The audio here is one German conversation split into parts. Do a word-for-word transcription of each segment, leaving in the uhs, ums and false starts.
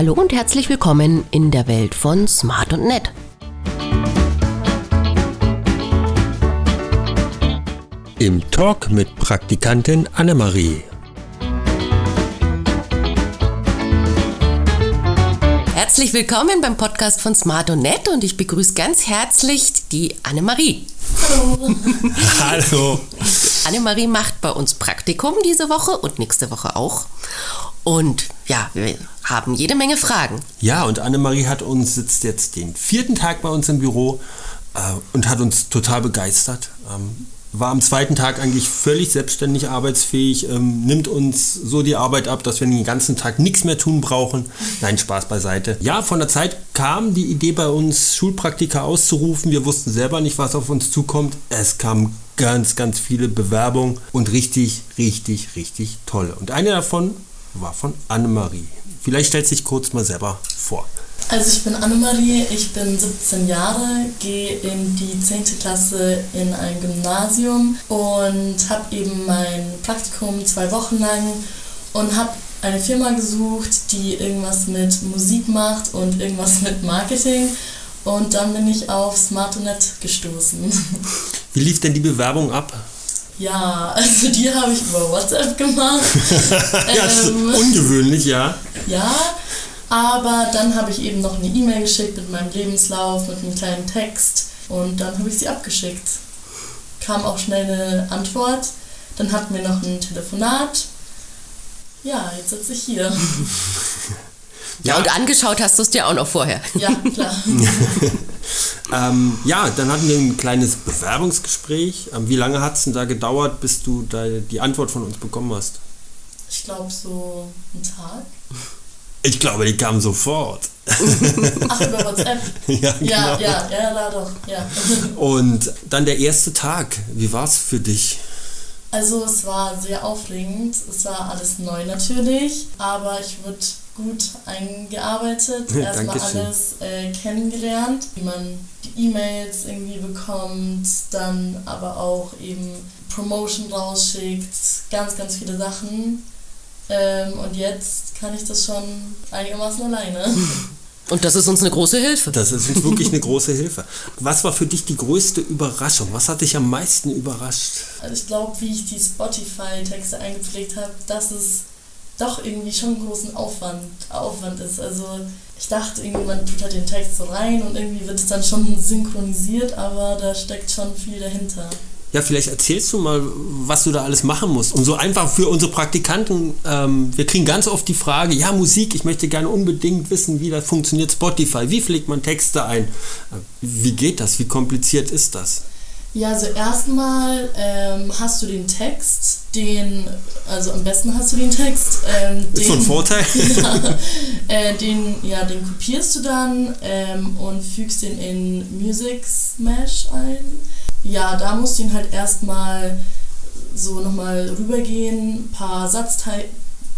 Hallo und herzlich willkommen in der Welt von Smart und Nett. Im Talk mit Praktikantin Annemarie. Herzlich willkommen beim Podcast von Smart und Nett und ich begrüße ganz herzlich die Annemarie. Hallo. Hallo. Annemarie macht bei uns Praktikum diese Woche und nächste Woche auch. Und ja, wir haben jede Menge Fragen. Ja, und Annemarie hat uns, sitzt jetzt den vierten Tag bei uns im Büro äh, und hat uns total begeistert. Ähm, war am zweiten Tag eigentlich völlig selbstständig arbeitsfähig, ähm, nimmt uns so die Arbeit ab, dass wir den ganzen Tag nichts mehr tun brauchen. Nein, Spaß beiseite. Ja, von der Zeit kam die Idee bei uns, Schulpraktika auszurufen. Wir wussten selber nicht, was auf uns zukommt. Es kamen ganz, ganz viele Bewerbungen und richtig, richtig, richtig tolle. Und eine davon war von Annemarie. Vielleicht stellt sich kurz mal selber vor. Also ich bin Annemarie, ich bin siebzehn Jahre, gehe in die zehnte Klasse in ein Gymnasium und habe eben mein Praktikum zwei Wochen lang und habe eine Firma gesucht, die irgendwas mit Musik macht und irgendwas mit Marketing. Und dann bin ich auf Smart und Nett gestoßen. Wie lief denn die Bewerbung ab? Ja, also die habe ich über WhatsApp gemacht. Ja, das ist ähm, ungewöhnlich, ja. Ja, aber dann habe ich eben noch eine E-Mail geschickt mit meinem Lebenslauf, mit einem kleinen Text und dann habe ich sie abgeschickt. Kam auch schnell eine Antwort, dann hatten wir noch ein Telefonat. Ja, jetzt sitze ich hier. Ja, und angeschaut hast du es dir auch noch vorher. Ja, klar. ähm, ja, dann hatten wir ein kleines Bewerbungsgespräch. Ähm, wie lange hat es denn da gedauert, bis du da die Antwort von uns bekommen hast? Ich glaube so einen Tag. Ich glaube, die kam sofort. Ach, über WhatsApp? Ja, genau. Ja, ja, ja, da doch, ja. Und dann der erste Tag. Wie war es für dich? Also es war sehr aufregend. Es war alles neu natürlich, aber ich wurde gut eingearbeitet, erstmal alles äh, kennengelernt, wie man die E-Mails irgendwie bekommt, dann aber auch eben Promotion rausschickt, ganz, ganz viele Sachen. Ähm, und jetzt kann ich das schon einigermaßen alleine. Und das ist uns eine große Hilfe. Das ist uns wirklich eine große Hilfe. Was war für dich die größte Überraschung? Was hat dich am meisten überrascht? Also ich glaube, wie ich die Spotify-Texte eingepflegt habe, dass es doch irgendwie schon einen großen Aufwand, Aufwand ist. Also ich dachte irgendwie, man tut halt den Text so rein und irgendwie wird es dann schon synchronisiert, aber da steckt schon viel dahinter. Ja, vielleicht erzählst du mal, was du da alles machen musst. Und so einfach für unsere Praktikanten, ähm, wir kriegen ganz oft die Frage, ja, Musik, ich möchte gerne unbedingt wissen, wie das funktioniert, Spotify, wie pflegt man Texte ein? Wie geht das? Wie kompliziert ist das? Ja, also erstmal ähm, hast du den Text, den, also am besten hast du den Text. Ähm, den, ist von Vorteil. Ja, äh, den, ja, den kopierst du dann ähm, und fügst den in Music Smash ein. Ja, da musst du ihn halt erstmal so nochmal rübergehen, ein paar Satzte-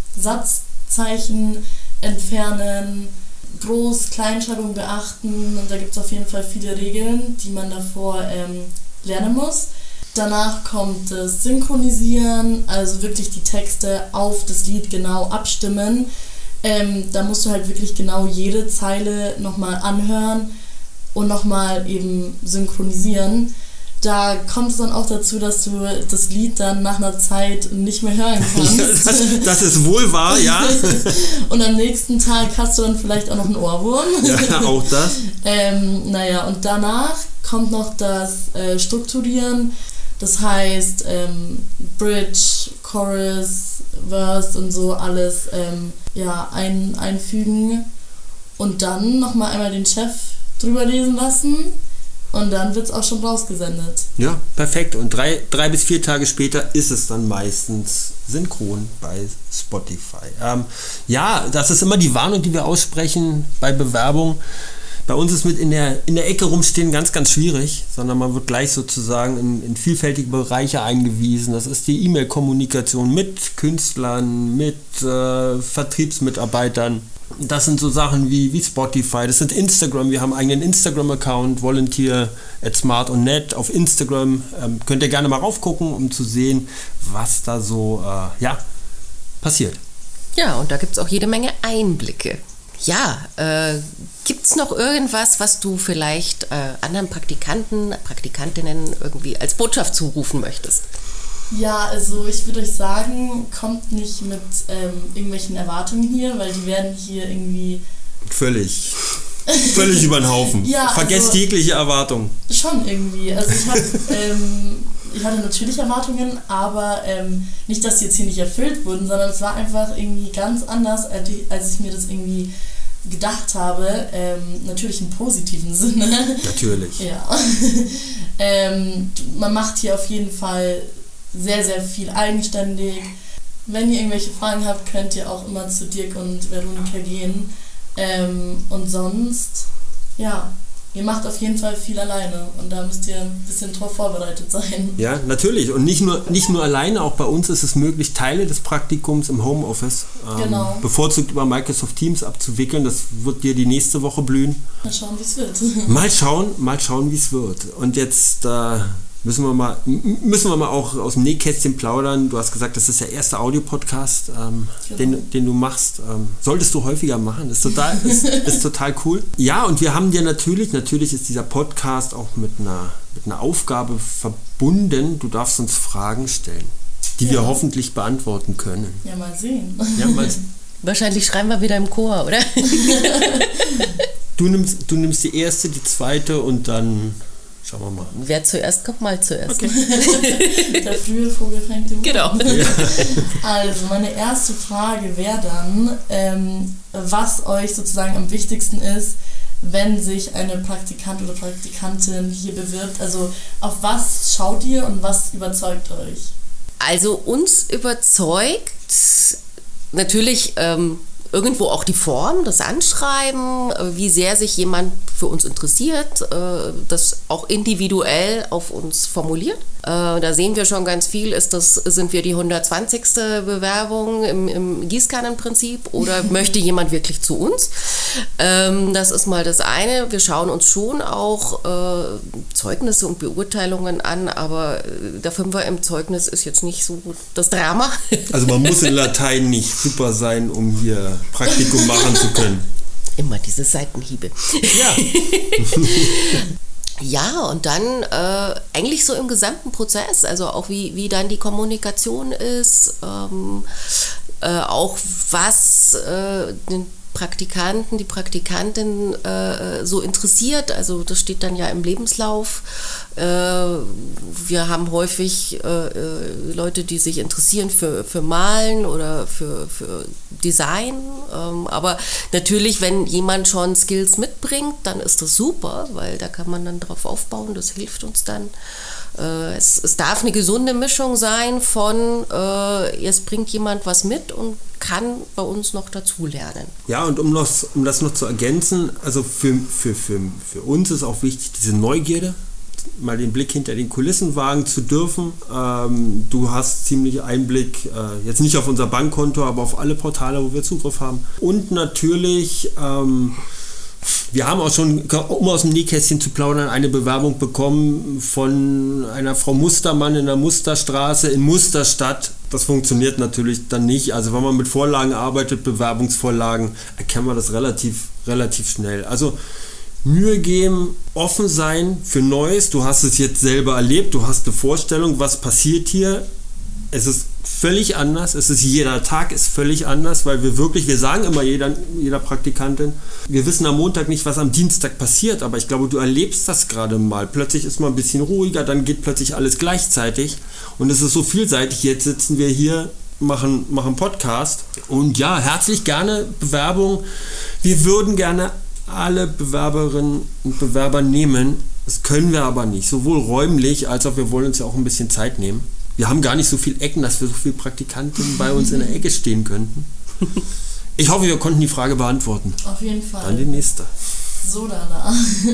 Satzzeichen entfernen, Groß-, Kleinschreibung beachten und da gibt es auf jeden Fall viele Regeln, die man davor ähm, lernen muss. Danach kommt das Synchronisieren, also wirklich die Texte auf das Lied genau abstimmen. Ähm, da musst du halt wirklich genau jede Zeile nochmal anhören und nochmal eben synchronisieren. Da kommt es dann auch dazu, dass du das Lied dann nach einer Zeit nicht mehr hören kannst. Ja, das, das ist wohl wahr, ja. Und am nächsten Tag hast du dann vielleicht auch noch einen Ohrwurm. Ja, auch das. ähm, naja, und danach kommt noch das äh, Strukturieren. Das heißt ähm, Bridge, Chorus, Verse und so alles ähm, ja, ein, einfügen. Und dann nochmal einmal den Chef drüber lesen lassen. Und dann wird es auch schon rausgesendet. Ja, perfekt. Und drei, drei bis vier Tage später ist es dann meistens synchron bei Spotify. Ähm, ja, das ist immer die Warnung, die wir aussprechen bei Bewerbung. Bei uns ist mit in der, in der Ecke rumstehen ganz, ganz schwierig, sondern man wird gleich sozusagen in, in vielfältige Bereiche eingewiesen. Das ist die E-Mail-Kommunikation mit Künstlern, mit äh, Vertriebsmitarbeitern. Das sind so Sachen wie, wie Spotify, das sind Instagram, wir haben einen eigenen Instagram-Account, Volunteer at Smart und Nett auf Instagram. Ähm, könnt ihr gerne mal raufgucken, um zu sehen, was da so äh, ja, passiert. Ja, und da gibt es auch jede Menge Einblicke. Ja, äh, gibt es noch irgendwas, was du vielleicht äh, anderen Praktikanten, Praktikantinnen irgendwie als Botschaft zurufen möchtest? Ja, also ich würde euch sagen, kommt nicht mit ähm, irgendwelchen Erwartungen hier, weil die werden hier irgendwie... Völlig, völlig über den Haufen. Ja, Vergesst also, jegliche Erwartungen. Schon irgendwie. Also ich, hab, ähm, ich hatte natürlich Erwartungen, aber ähm, nicht, dass die jetzt hier nicht erfüllt wurden, sondern es war einfach irgendwie ganz anders, als ich, als ich mir das irgendwie gedacht habe. Ähm, natürlich im positiven Sinne. Natürlich. Ja. ähm, man macht hier auf jeden Fall sehr, sehr viel eigenständig. Wenn ihr irgendwelche Fragen habt, könnt ihr auch immer zu Dirk und Veronika gehen. Ähm, und sonst, ja, ihr macht auf jeden Fall viel alleine und da müsst ihr ein bisschen drauf vorbereitet sein. Ja, natürlich. Und nicht nur, nicht nur alleine, auch bei uns ist es möglich, Teile des Praktikums im Homeoffice ähm, Genau. bevorzugt über Microsoft Teams abzuwickeln. Das wird dir die nächste Woche blühen. Mal schauen, wie es wird. Mal schauen, mal schauen, wie es wird. Und jetzt äh, müssen wir mal, müssen wir mal auch aus dem Nähkästchen plaudern. Du hast gesagt, das ist der erste Audio-Podcast, ähm, Genau. den, den du machst. Ähm, solltest du häufiger machen. Ist total, ist, ist total cool. Ja, und wir haben dir natürlich, natürlich ist dieser Podcast auch mit einer, mit einer Aufgabe verbunden. Du darfst uns Fragen stellen, die Ja. wir hoffentlich beantworten können. Ja, mal sehen. Ja, mal, Wahrscheinlich schreiben wir wieder im Chor, oder? du, nimmst, du nimmst die erste, die zweite und dann schauen wir mal. Wer zuerst kommt, mal zuerst. Okay. Der frühe Vogel fängt den Wurm. Genau. Also, meine erste Frage wäre dann, ähm, was euch sozusagen am wichtigsten ist, wenn sich eine Praktikant oder Praktikantin hier bewirbt. Also, auf was schaut ihr und was überzeugt euch? Also uns überzeugt natürlich ähm, irgendwo auch die Form, das Anschreiben, äh, wie sehr sich jemand für uns interessiert, äh, das auch individuell auf uns formuliert. Äh, da sehen wir schon ganz viel, ist das, sind wir die hundertzwanzigste Bewerbung im, im Gießkannenprinzip oder möchte jemand wirklich zu uns? Ähm, das ist mal das eine. Wir schauen uns schon auch äh, Zeugnisse und Beurteilungen an, aber äh, der Fünfer im Zeugnis ist jetzt nicht so das Drama. Also man muss in Latein nicht super sein, um hier Praktikum machen zu können. Immer diese Seitenhiebe. Ja. Ja, und dann äh, eigentlich so im gesamten Prozess, also auch wie, wie dann die Kommunikation ist, ähm, äh, auch was äh, den Praktikanten, die Praktikantin äh, so interessiert, also das steht dann ja im Lebenslauf. Äh, wir haben häufig äh, Leute, die sich interessieren für, für Malen oder für, für Design, ähm, aber natürlich, wenn jemand schon Skills mitbringt, dann ist das super, weil da kann man dann drauf aufbauen, das hilft uns dann. Äh, es, es darf eine gesunde Mischung sein von, äh, jetzt bringt jemand was mit und kann bei uns noch dazulernen. Ja, und um, noch, um das noch zu ergänzen, also für, für, für, für uns ist auch wichtig, diese Neugierde, mal den Blick hinter den Kulissen wagen zu dürfen. Ähm, du hast ziemlich Einblick, äh, jetzt nicht auf unser Bankkonto, aber auf alle Portale, wo wir Zugriff haben. Und natürlich, ähm, wir haben auch schon, um aus dem Nähkästchen zu plaudern, eine Bewerbung bekommen von einer Frau Mustermann in der Musterstraße in Musterstadt. Das funktioniert natürlich dann nicht. Also wenn man mit Vorlagen arbeitet, Bewerbungsvorlagen, erkennt man das relativ, relativ schnell. Also Mühe geben, offen sein für Neues. Du hast es jetzt selber erlebt, du hast eine Vorstellung, was passiert hier. Es ist völlig anders, es ist jeder Tag ist völlig anders, weil wir wirklich, wir sagen immer jeder, jeder Praktikantin, wir wissen am Montag nicht, was am Dienstag passiert, aber ich glaube, du erlebst das gerade mal. Plötzlich ist man ein bisschen ruhiger, dann geht plötzlich alles gleichzeitig und es ist so vielseitig. Jetzt sitzen wir hier, machen, machen Podcast und ja, herzlich gerne Bewerbung. Wir würden gerne alle Bewerberinnen und Bewerber nehmen, das können wir aber nicht, sowohl räumlich, als auch wir wollen uns ja auch ein bisschen Zeit nehmen. Wir haben gar nicht so viele Ecken, dass wir so viele Praktikanten bei uns in der Ecke stehen könnten. Ich hoffe, wir konnten die Frage beantworten. Auf jeden Fall. Dann die nächste. So, Dana.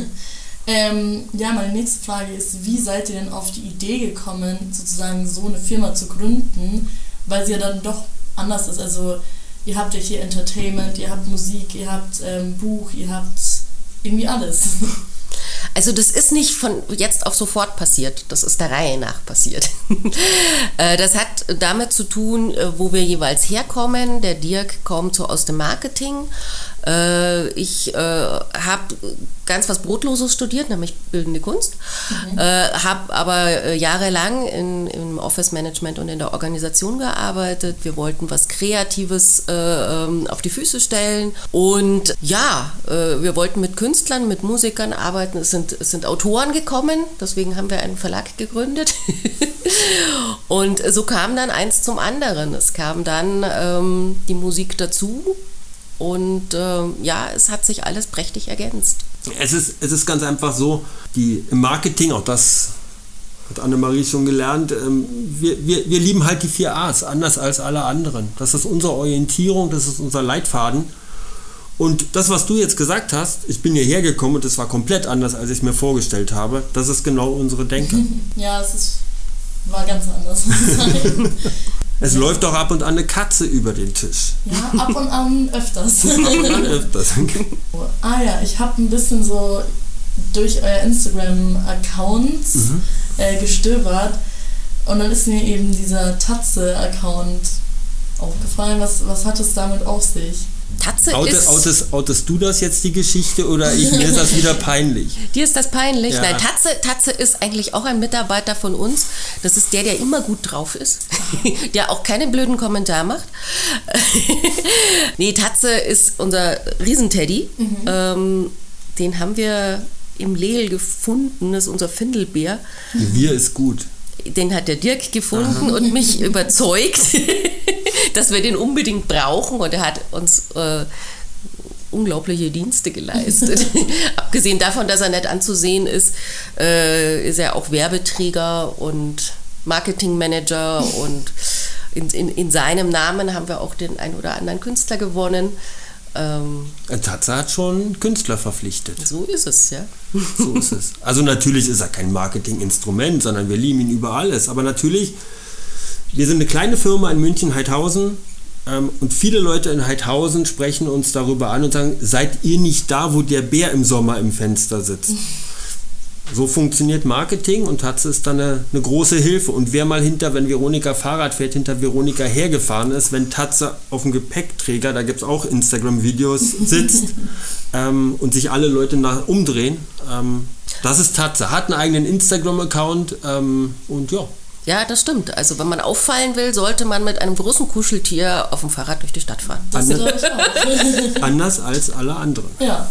ähm, ja, meine nächste Frage ist, wie seid ihr denn auf die Idee gekommen, sozusagen so eine Firma zu gründen, weil sie ja dann doch anders ist. Also ihr habt ja hier Entertainment, ihr habt Musik, ihr habt ähm, Buch, ihr habt irgendwie alles. Also das ist nicht von jetzt auf sofort passiert, das ist der Reihe nach passiert. Das hat damit zu tun, wo wir jeweils herkommen. Der Dirk kommt so aus dem Marketing Äh, ich äh, habe ganz was Brotloses studiert, nämlich Bildende Kunst, mhm. äh, habe aber äh, jahrelang in, im Office-Management und in der Organisation gearbeitet. Wir wollten was Kreatives äh, ähm, auf die Füße stellen und ja, äh, wir wollten mit Künstlern, mit Musikern arbeiten. Es sind, es sind Autoren gekommen, deswegen haben wir einen Verlag gegründet. Und so kam dann eins zum anderen. Es kam dann ähm, die Musik dazu und ähm, ja, es hat sich alles prächtig ergänzt. Es ist, es ist ganz einfach so, die im Marketing, auch das hat Annemarie schon gelernt, ähm, wir, wir, wir lieben halt die vier A's, anders als alle anderen. Das ist unsere Orientierung, das ist unser Leitfaden. Und das, was du jetzt gesagt hast, ich bin hierher gekommen und es war komplett anders, als ich es mir vorgestellt habe, das ist genau unsere Denke. Ja, es ist, war ganz anders, muss ich sagen. Es ja. läuft auch ab und an eine Katze über den Tisch. Ja, ab und an öfters. ab und an öfters. Ah ja, ich habe ein bisschen so durch euer Instagram-Account mhm. äh, gestöbert und dann ist mir eben dieser Tatze-Account aufgefallen. Was, was hat es damit auf sich? Tatze Oute, ist... Outest, outest du das jetzt, die Geschichte, oder ich, mir ist das wieder peinlich? Dir ist das peinlich? Ja. Nein, Tatze, Tatze ist eigentlich auch ein Mitarbeiter von uns. Das ist der, der immer gut drauf ist, der auch keinen blöden Kommentar macht. Nee, Tatze ist unser Riesenteddy. Mhm. Ähm, den haben wir im Leel gefunden, das ist unser Findelbär. Wir ist gut. Den hat der Dirk gefunden Aha. und mich überzeugt, dass wir den unbedingt brauchen, und er hat uns äh, unglaubliche Dienste geleistet. Abgesehen davon, dass er nett anzusehen ist, äh, ist er auch Werbeträger und Marketingmanager, und in, in, in seinem Namen haben wir auch den ein oder anderen Künstler gewonnen. Ähm, Tatze hat schon Künstler verpflichtet. So ist es, ja. So ist es. Also natürlich ist er kein Marketinginstrument, sondern wir lieben ihn über alles. Aber natürlich, wir sind eine kleine Firma in München, Heidhausen, ähm, und viele Leute in Heidhausen sprechen uns darüber an und sagen, seid ihr nicht da, wo der Bär im Sommer im Fenster sitzt? So funktioniert Marketing, und Tatze ist dann eine, eine große Hilfe. Und wer mal hinter, wenn Veronika Fahrrad fährt, hinter Veronika hergefahren ist, wenn Tatze auf dem Gepäckträger, da gibt es auch Instagram-Videos, sitzt ähm, und sich alle Leute nach umdrehen, ähm, das ist Tatze. Hat einen eigenen Instagram-Account ähm, und ja. Ja, das stimmt. Also wenn man auffallen will, sollte man mit einem großen Kuscheltier auf dem Fahrrad durch die Stadt fahren. Das glaube ich auch. Anders als alle anderen. Ja.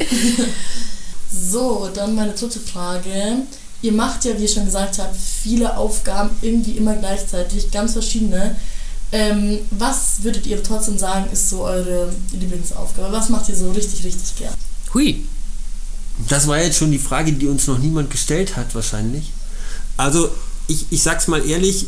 So, dann meine dritte Frage. Ihr macht ja, wie ich schon gesagt habe, viele Aufgaben irgendwie immer gleichzeitig, ganz verschiedene. Ähm, was würdet ihr trotzdem sagen, ist so eure Lieblingsaufgabe? Was macht ihr so richtig, richtig gern? Hui. Das war jetzt schon die Frage, die uns noch niemand gestellt hat wahrscheinlich. Also ich, ich sag's mal ehrlich,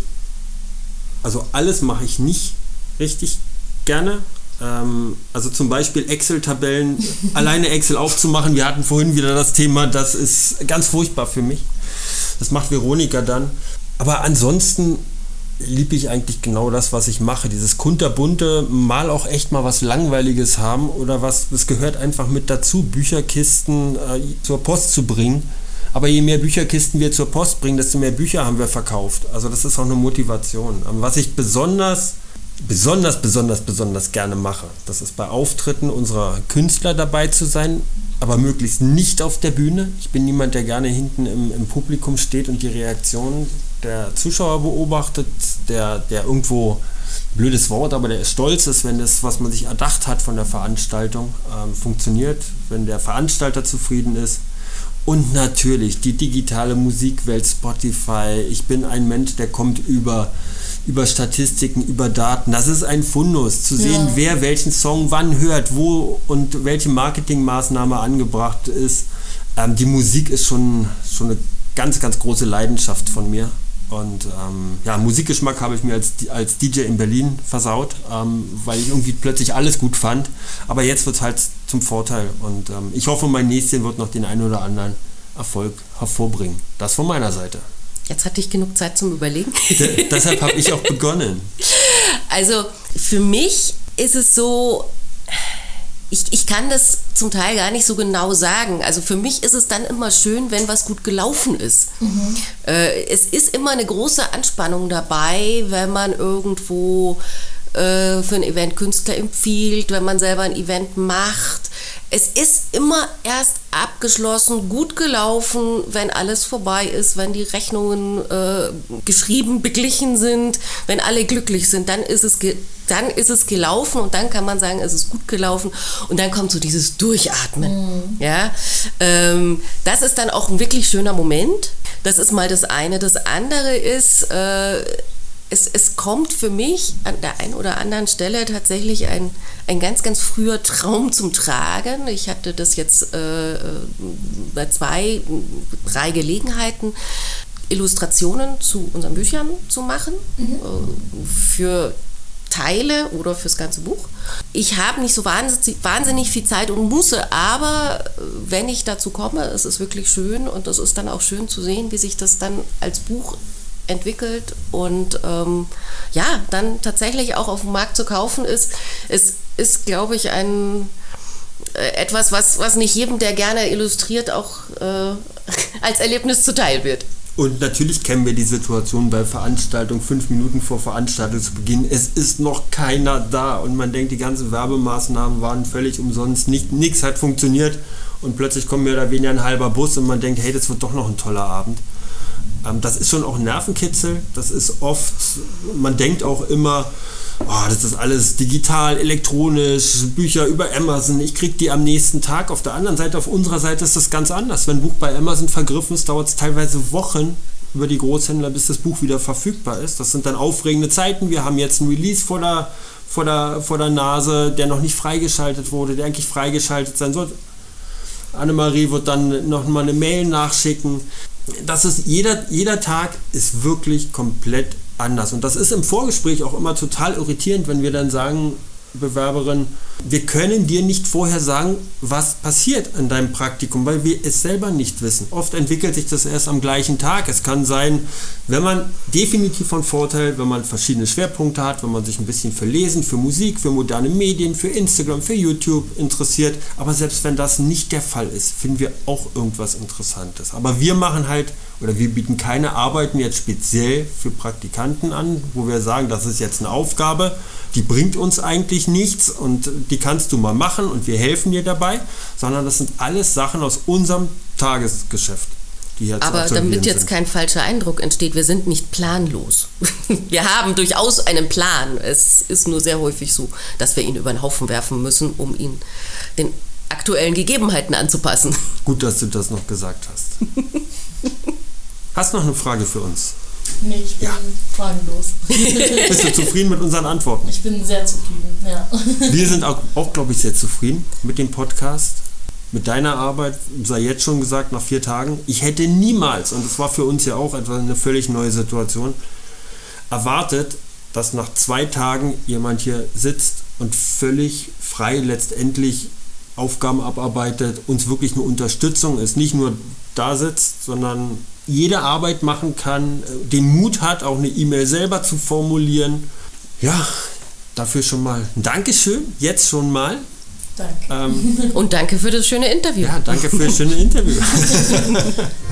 also alles mache ich nicht richtig gerne. Ähm, also zum Beispiel Excel-Tabellen, alleine Excel aufzumachen. Wir hatten vorhin wieder das Thema, das ist ganz furchtbar für mich. Das macht Veronika dann. Aber ansonsten liebe ich eigentlich genau das, was ich mache. Dieses kunterbunte, mal auch echt mal was Langweiliges haben oder was, das gehört einfach mit dazu, Bücherkisten äh, zur Post zu bringen. Aber je mehr Bücherkisten wir zur Post bringen, desto mehr Bücher haben wir verkauft. Also das ist auch eine Motivation. Was ich besonders, besonders, besonders, besonders gerne mache, das ist bei Auftritten unserer Künstler dabei zu sein, aber möglichst nicht auf der Bühne. Ich bin niemand, der gerne hinten im, im Publikum steht und die Reaktion der Zuschauer beobachtet, der, der irgendwo, blödes Wort, aber der stolz ist, wenn das, was man sich erdacht hat von der Veranstaltung, ähm, funktioniert, wenn der Veranstalter zufrieden ist. Und natürlich die digitale Musikwelt, Spotify. Ich bin ein Mensch, der kommt über, über Statistiken, über Daten. Das ist ein Fundus, zu sehen, ja, wer welchen Song wann hört, wo und welche Marketingmaßnahme angebracht ist. Ähm, die Musik ist schon, schon eine ganz, ganz große Leidenschaft von mir. Und ähm, ja, Musikgeschmack habe ich mir als, als D J in Berlin versaut, ähm, weil ich irgendwie plötzlich alles gut fand. Aber jetzt wird es halt zum Vorteil. Und ähm, ich hoffe, mein Näschen wird noch den einen oder anderen Erfolg hervorbringen. Das von meiner Seite. Jetzt hatte ich genug Zeit zum Überlegen. D- deshalb habe ich auch begonnen. Also für mich ist es so, ich, ich kann das zum Teil gar nicht so genau sagen. Also für mich ist es dann immer schön, wenn was gut gelaufen ist. Mhm. Äh, es ist immer eine große Anspannung dabei, wenn man irgendwo äh, für ein Event Künstler empfiehlt, wenn man selber ein Event macht. es ist immer erst abgeschlossen, gut gelaufen, wenn alles vorbei ist, wenn die Rechnungen äh, geschrieben, beglichen sind, wenn alle glücklich sind, dann ist es ge- dann ist es gelaufen und dann kann man sagen, es ist gut gelaufen und dann kommt so dieses Durchatmen. Mhm. Ja? Ähm, das ist dann auch ein wirklich schöner Moment. Das ist mal das eine. Das andere ist, äh, es, es kommt für mich an der einen oder anderen Stelle tatsächlich ein, ein ganz, ganz früher Traum zum Tragen. Ich hatte das jetzt äh, bei zwei, drei Gelegenheiten, Illustrationen zu unseren Büchern zu machen, mhm. äh, für Teile oder fürs ganze Buch. Ich habe nicht so wahnsinnig, wahnsinnig viel Zeit und Muße, aber wenn ich dazu komme, es ist wirklich schön und es ist dann auch schön zu sehen, wie sich das dann als Buch entwickelt und ähm, ja, dann tatsächlich auch auf dem Markt zu kaufen ist. Es ist, glaube ich, ein äh, etwas, was, was nicht jedem, der gerne illustriert, auch äh, als Erlebnis zuteil wird. Und natürlich kennen wir die Situation bei Veranstaltungen, fünf Minuten vor Veranstaltung zu Beginn, es ist noch keiner da und man denkt, die ganzen Werbemaßnahmen waren völlig umsonst, nicht, nichts hat funktioniert und plötzlich kommt mehr oder weniger ein halber Bus und man denkt, hey, das wird doch noch ein toller Abend. Ähm, das ist schon auch ein Nervenkitzel, das ist oft, man denkt auch immer, oh, das ist alles digital, elektronisch, Bücher über Amazon, ich kriege die am nächsten Tag. Auf der anderen Seite, auf unserer Seite ist das ganz anders. Wenn ein Buch bei Amazon vergriffen ist, dauert es teilweise Wochen über die Großhändler, bis das Buch wieder verfügbar ist. Das sind dann aufregende Zeiten. Wir haben jetzt einen Release vor der, vor der, vor der Nase, der noch nicht freigeschaltet wurde, der eigentlich freigeschaltet sein soll. Annemarie wird dann noch mal eine Mail nachschicken. Das ist, jeder, jeder Tag ist wirklich komplett anders. Und das ist im Vorgespräch auch immer total irritierend, wenn wir dann sagen, Bewerberin, wir können dir nicht vorher sagen, was passiert in deinem Praktikum, weil wir es selber nicht wissen. Oft entwickelt sich das erst am gleichen Tag. Es kann sein, wenn man definitiv von Vorteil, wenn man verschiedene Schwerpunkte hat, wenn man sich ein bisschen für Lesen, für Musik, für moderne Medien, für Instagram, für YouTube interessiert. Aber selbst wenn das nicht der Fall ist, finden wir auch irgendwas Interessantes. Aber wir machen halt, oder wir bieten keine Arbeiten jetzt speziell für Praktikanten an, wo wir sagen, das ist jetzt eine Aufgabe, die bringt uns eigentlich nichts und die kannst du mal machen und wir helfen dir dabei, sondern das sind alles Sachen aus unserem Tagesgeschäft, die hier zu Aber damit jetzt sind. Kein falscher Eindruck entsteht, wir sind nicht planlos. Wir haben durchaus einen Plan. Es ist nur sehr häufig so, dass wir ihn über den Haufen werfen müssen, um ihn den aktuellen Gegebenheiten anzupassen. Gut, dass du das noch gesagt hast. Hast du noch eine Frage für uns? Nee, ich bin ja. fragenlos. Bist du zufrieden mit unseren Antworten? Ich bin sehr zufrieden, ja. Wir sind auch, auch glaube ich, sehr zufrieden mit dem Podcast, mit deiner Arbeit, sei jetzt schon gesagt, nach vier Tagen. Ich hätte niemals, und das war für uns ja auch etwas eine völlig neue Situation, erwartet, dass nach zwei Tagen jemand hier sitzt und völlig frei letztendlich Aufgaben abarbeitet, uns wirklich eine Unterstützung ist, nicht nur da sitzt, sondern jede Arbeit machen kann, den Mut hat, auch eine E-Mail selber zu formulieren. Ja, dafür schon mal ein Dankeschön, jetzt schon mal. Danke. Ähm, Und danke für das schöne Interview. Ja, danke für das schöne Interview.